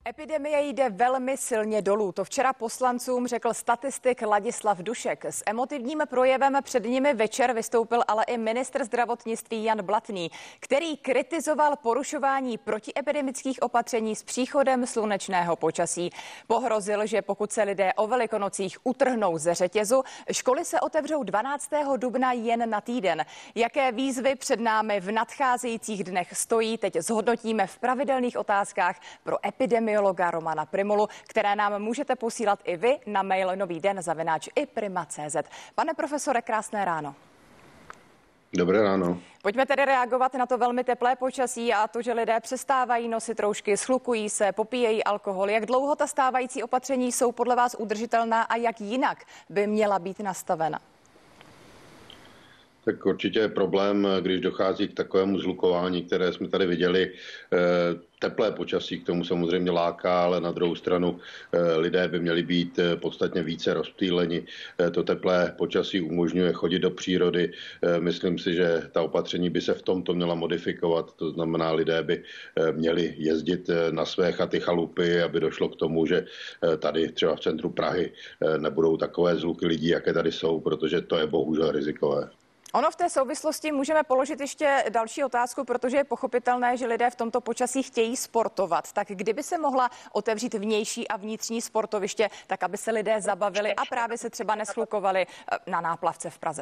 Epidemie jde velmi silně dolů. To včera poslancům řekl statistik Ladislav Dušek. S emotivním projevem před nimi večer vystoupil ale i ministr zdravotnictví Jan Blatný, který kritizoval porušování protiepidemických opatření s příchodem slunečného počasí. Pohrozil, že pokud se lidé o Velikonocích utrhnou ze řetězu, školy se otevřou 12. dubna jen na týden. Jaké výzvy před námi v nadcházejících dnech stojí, teď zhodnotíme v pravidelných otázkách pro epidemiologa Romana Primulu, které nám můžete posílat i vy na mail novýden@iprima.cz. Pane profesore, krásné ráno. Dobré ráno. Pojďme tedy reagovat na to velmi teplé počasí a to, že lidé přestávají nosit roušky, schlukují se, popíjejí alkohol. Jak dlouho ta stávající opatření jsou podle vás udržitelná a jak jinak by měla být nastavena? Tak určitě je problém, když dochází k takovému zhlukování, které jsme tady viděli. Teplé počasí k tomu samozřejmě láká, ale na druhou stranu lidé by měli být podstatně více rozptýleni. To teplé počasí umožňuje chodit do přírody. Myslím si, že ta opatření by se v tomto měla modifikovat. To znamená, lidé by měli jezdit na své chaty, chalupy, aby došlo k tomu, že tady třeba v centru Prahy nebudou takové zhluky lidí, jaké tady jsou, protože to je bohužel rizikové. Ono v té souvislosti můžeme položit ještě další otázku, protože je pochopitelné, že lidé v tomto počasí chtějí sportovat. Tak kdyby se mohla otevřít vnější a vnitřní sportoviště, tak aby se lidé zabavili a právě se třeba neshlukovali na náplavce v Praze?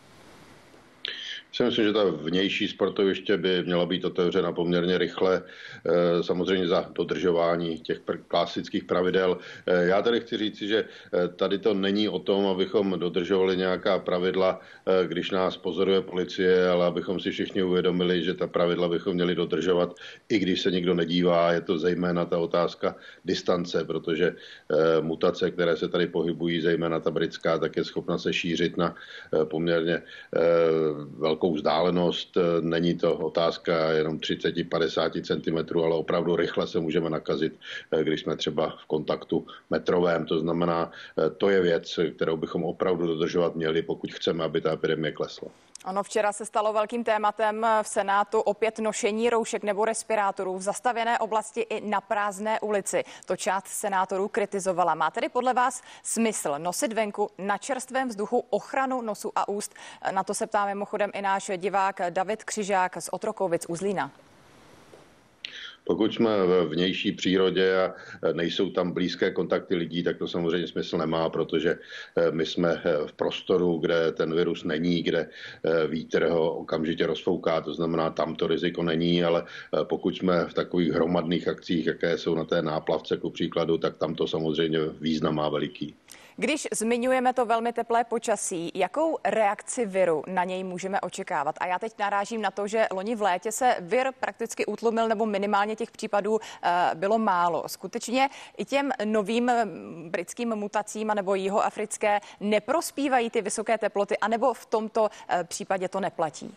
Myslím, že ta vnější sportoviště by měla být otevřena poměrně rychle, samozřejmě za dodržování těch klasických pravidel. Já tady chci říci, že tady to není o tom, abychom dodržovali nějaká pravidla, když nás pozoruje policie, ale abychom si všichni uvědomili, že ta pravidla bychom měli dodržovat, i když se nikdo nedívá. Je to zejména ta otázka distance, protože mutace, které se tady pohybují, zejména ta britská, tak je schopna se šířit na poměrně velkou vzdálenost. Není to otázka jenom 30-50 cm, ale opravdu rychle se můžeme nakazit, když jsme třeba v kontaktu metrovém. To znamená, to je věc, kterou bychom opravdu dodržovat měli, pokud chceme, aby ta epidemie klesla. Ono včera se stalo velkým tématem v Senátu opět nošení roušek nebo respirátorů v zastavěné oblasti i na prázdné ulici. To část senátorů kritizovala. Má tedy podle vás smysl nosit venku na čerstvém vzduchu ochranu nosu a úst? Na to se ptá mimochodem i náš divák David Křižák z Otrokovic u Zlína. Pokud jsme ve vnější přírodě a nejsou tam blízké kontakty lidí, tak to samozřejmě smysl nemá, protože my jsme v prostoru, kde ten virus není, kde vítr ho okamžitě rozfouká, to znamená, tam to riziko není, ale pokud jsme v takových hromadných akcích, jaké jsou na té náplavce, ku příkladu, tak tam to samozřejmě význam má veliký. Když zmiňujeme to velmi teplé počasí, jakou reakci viru na něj můžeme očekávat? A já teď narážím na to, že loni v létě se vir prakticky utlumil, nebo minimálně těch případů bylo málo. Skutečně i těm novým britským mutacím nebo jihoafrické neprospívají ty vysoké teploty, anebo v tomto případě to neplatí?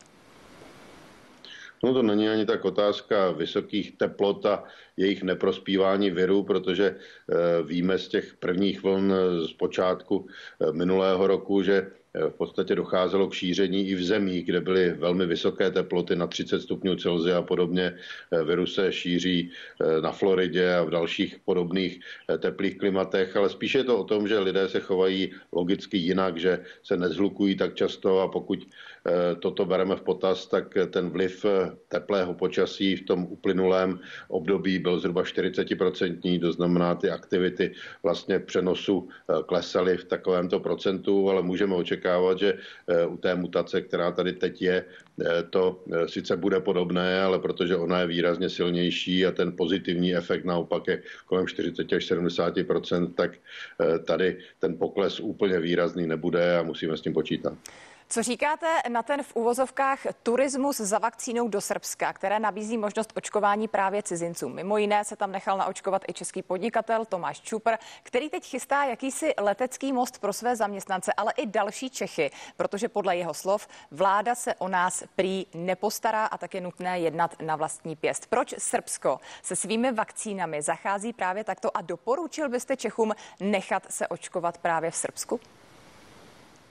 No to není ani tak otázka vysokých teplot a jejich neprospívání viru, protože víme z těch prvních vln z počátku minulého roku, že v podstatě docházelo k šíření i v zemích, kde byly velmi vysoké teploty na 30 stupňů Celsia a podobně. Virus se šíří na Floridě a v dalších podobných teplých klimatech, ale spíše je to o tom, že lidé se chovají logicky jinak, že se nezhlukují tak často a pokud toto bereme v potaz, tak ten vliv teplého počasí v tom uplynulém období byl zhruba 40%, to znamená, ty aktivity vlastně přenosu klesaly v takovémto procentu, ale můžeme očekávat, že u té mutace, která tady teď je, to sice bude podobné, ale protože ona je výrazně silnější a ten pozitivní efekt naopak je kolem 40 až 70%, tak tady ten pokles úplně výrazný nebude a musíme s tím počítat. Co říkáte na ten v uvozovkách turismus za vakcínou do Srbska, které nabízí možnost očkování právě cizincům? Mimo jiné se tam nechal naočkovat i český podnikatel Tomáš Čupr, který teď chystá jakýsi letecký most pro své zaměstnance, ale i další Čechy, protože podle jeho slov vláda se o nás prý nepostará a tak je nutné jednat na vlastní pěst. Proč Srbsko se svými vakcínami zachází právě takto a doporučil byste Čechům nechat se očkovat právě v Srbsku?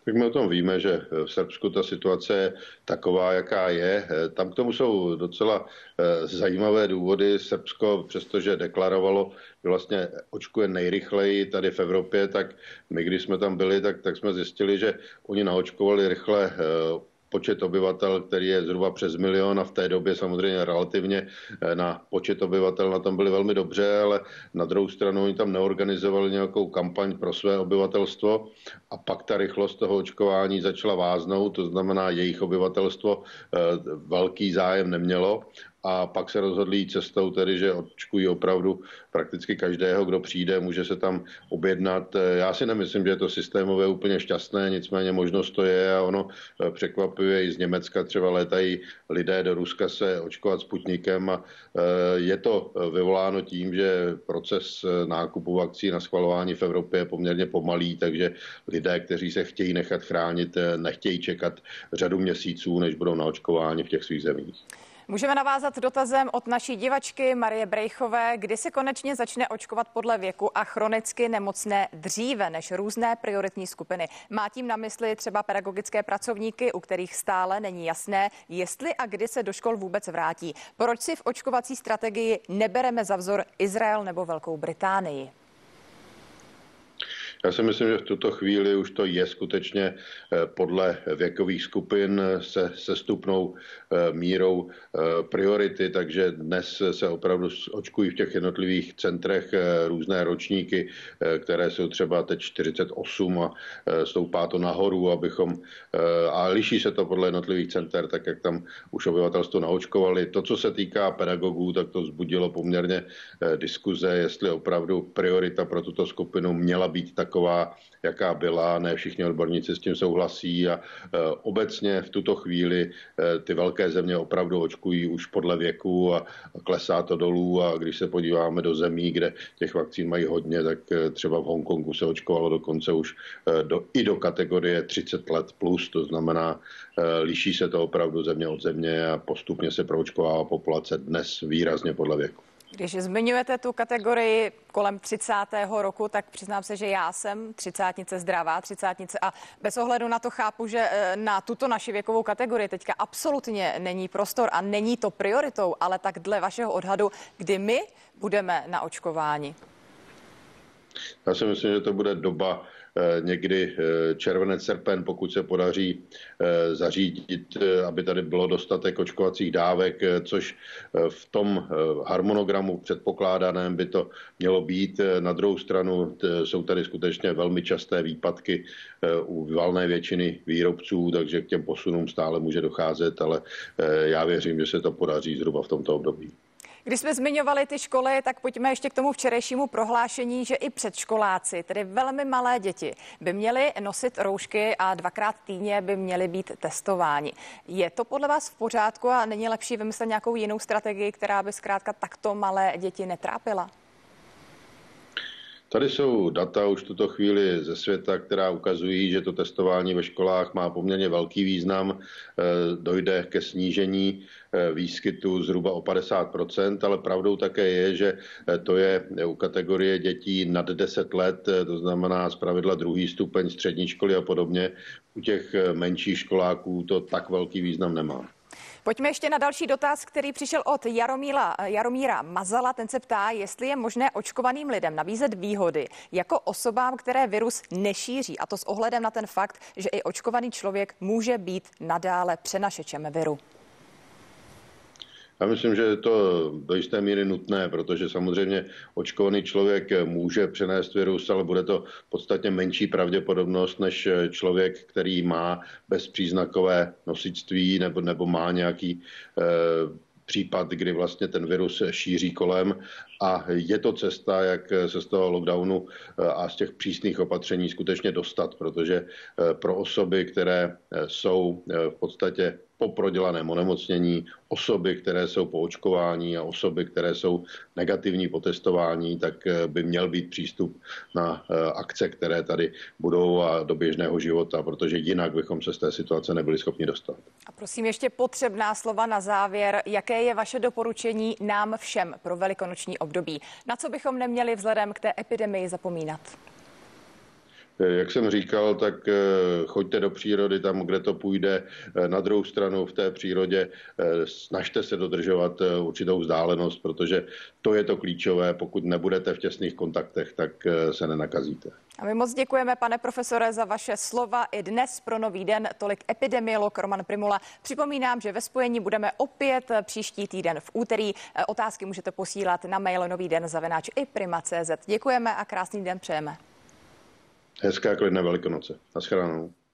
Tak my o tom víme, že v Srbsku ta situace je taková, jaká je. Tam k tomu jsou docela zajímavé důvody. Srbsko, přestože deklarovalo, že vlastně očkuje nejrychleji tady v Evropě, tak my, když jsme tam byli, tak jsme zjistili, že oni naočkovali rychle počet obyvatel, který je zhruba přes milion a v té době samozřejmě relativně na počet obyvatel na tom byli velmi dobře, ale na druhou stranu oni tam neorganizovali nějakou kampaň pro své obyvatelstvo a pak ta rychlost toho očkování začala váznout, to znamená jejich obyvatelstvo velký zájem nemělo. A pak se rozhodli jít cestou, tedy, že očkují opravdu prakticky každého, kdo přijde, může se tam objednat. Já si nemyslím, že je to systémově úplně šťastné, nicméně možnost to je a ono překvapuje i z Německa. Třeba létají lidé do Ruska se očkovat Sputnikem a je to vyvoláno tím, že proces nákupu vakcín a schvalování v Evropě je poměrně pomalý, takže lidé, kteří se chtějí nechat chránit, nechtějí čekat řadu měsíců, než budou naočkováni v těch svých zemích. Můžeme navázat dotazem od naší divačky Marie Brejchové, kdy se konečně začne očkovat podle věku a chronicky nemocné dříve než různé prioritní skupiny. Má tím na mysli třeba pedagogické pracovníky, u kterých stále není jasné, jestli a kdy se do škol vůbec vrátí. Proč si v očkovací strategii nebereme za vzor Izrael nebo Velkou Británii? Já si myslím, že v tuto chvíli už to je skutečně podle věkových skupin se sestupnou mírou priority, takže dnes se opravdu očkují v těch jednotlivých centrech různé ročníky, které jsou třeba teď 48 a stoupá to nahoru, a liší se to podle jednotlivých center, tak jak tam už obyvatelstvo naočkovali. To, co se týká pedagogů, tak to vzbudilo poměrně diskuze, jestli opravdu priorita pro tuto skupinu měla být taková, jaká byla. Ne všichni odborníci s tím souhlasí a obecně v tuto chvíli ty velké země opravdu očkují už podle věku a klesá to dolů a když se podíváme do zemí, kde těch vakcín mají hodně, tak třeba v Hongkongu se očkovalo dokonce už i do kategorie 30 let plus, to znamená, liší se to opravdu země od země a postupně se proočkovává populace dnes výrazně podle věku. Když zmiňujete tu kategorii kolem 30. roku, tak přiznám se, že já jsem třicátnice, zdravá třicátnice a bez ohledu na to chápu, že na tuto naši věkovou kategorii teďka absolutně není prostor a není to prioritou, ale tak dle vašeho odhadu, kdy my budeme na očkování? Já si myslím, že to bude doba někdy červenec, srpen, pokud se podaří zařídit, aby tady bylo dostatek očkovacích dávek, což v tom harmonogramu předpokládaném by to mělo být. Na druhou stranu jsou tady skutečně velmi časté výpadky u valné většiny výrobců, takže k těm posunům stále může docházet, ale já věřím, že se to podaří zhruba v tomto období. Když jsme zmiňovali ty školy, tak pojďme ještě k tomu včerejšímu prohlášení, že i předškoláci, tedy velmi malé děti, by měli nosit roušky a 2krát týdně by měli být testováni. Je to podle vás v pořádku a není lepší vymyslet nějakou jinou strategii, která by zkrátka takto malé děti netrápila? Tady jsou data už v tuto chvíli ze světa, která ukazují, že to testování ve školách má poměrně velký význam. Dojde ke snížení výskytu zhruba o 50%, ale pravdou také je, že to je u kategorie dětí nad 10 let, to znamená zpravidla druhý stupeň střední školy a podobně. U těch menších školáků to tak velký význam nemá. Pojďme ještě na další dotaz, který přišel od Jaromíra Mazala. Ten se ptá, jestli je možné očkovaným lidem nabízet výhody jako osobám, které virus nešíří. A to s ohledem na ten fakt, že i očkovaný člověk může být nadále přenašečem viru. Já myslím, že je to do jisté míry nutné, protože samozřejmě očkovaný člověk může přenést virus, ale bude to podstatně menší pravděpodobnost než člověk, který má bezpříznakové nosičství nebo má nějaký případ, kdy vlastně ten virus šíří kolem a je to cesta, jak se z toho lockdownu a z těch přísných opatření skutečně dostat, protože pro osoby, které jsou v podstatě po prodělaném onemocnění, osoby, které jsou po očkování a osoby, které jsou negativní po testování, tak by měl být přístup na akce, které tady budou a do běžného života, protože jinak bychom se z té situace nebyli schopni dostat. A prosím ještě potřebná slova na závěr. Jaké je vaše doporučení nám všem pro velikonoční období? Na co bychom neměli vzhledem k té epidemii zapomínat? Jak jsem říkal, tak choďte do přírody tam, kde to půjde. Na druhou stranu v té přírodě snažte se dodržovat určitou vzdálenost, protože to je to klíčové. Pokud nebudete v těsných kontaktech, tak se nenakazíte. A my moc děkujeme, pane profesore, za vaše slova. I dnes pro Nový den tolik epidemiolog Roman Prymula. Připomínám, že ve spojení budeme opět příští týden v úterý. Otázky můžete posílat na mail novýden@prima.cz. Děkujeme a krásný den přejeme. Hezká klidné Velikonoce. Naschledanou.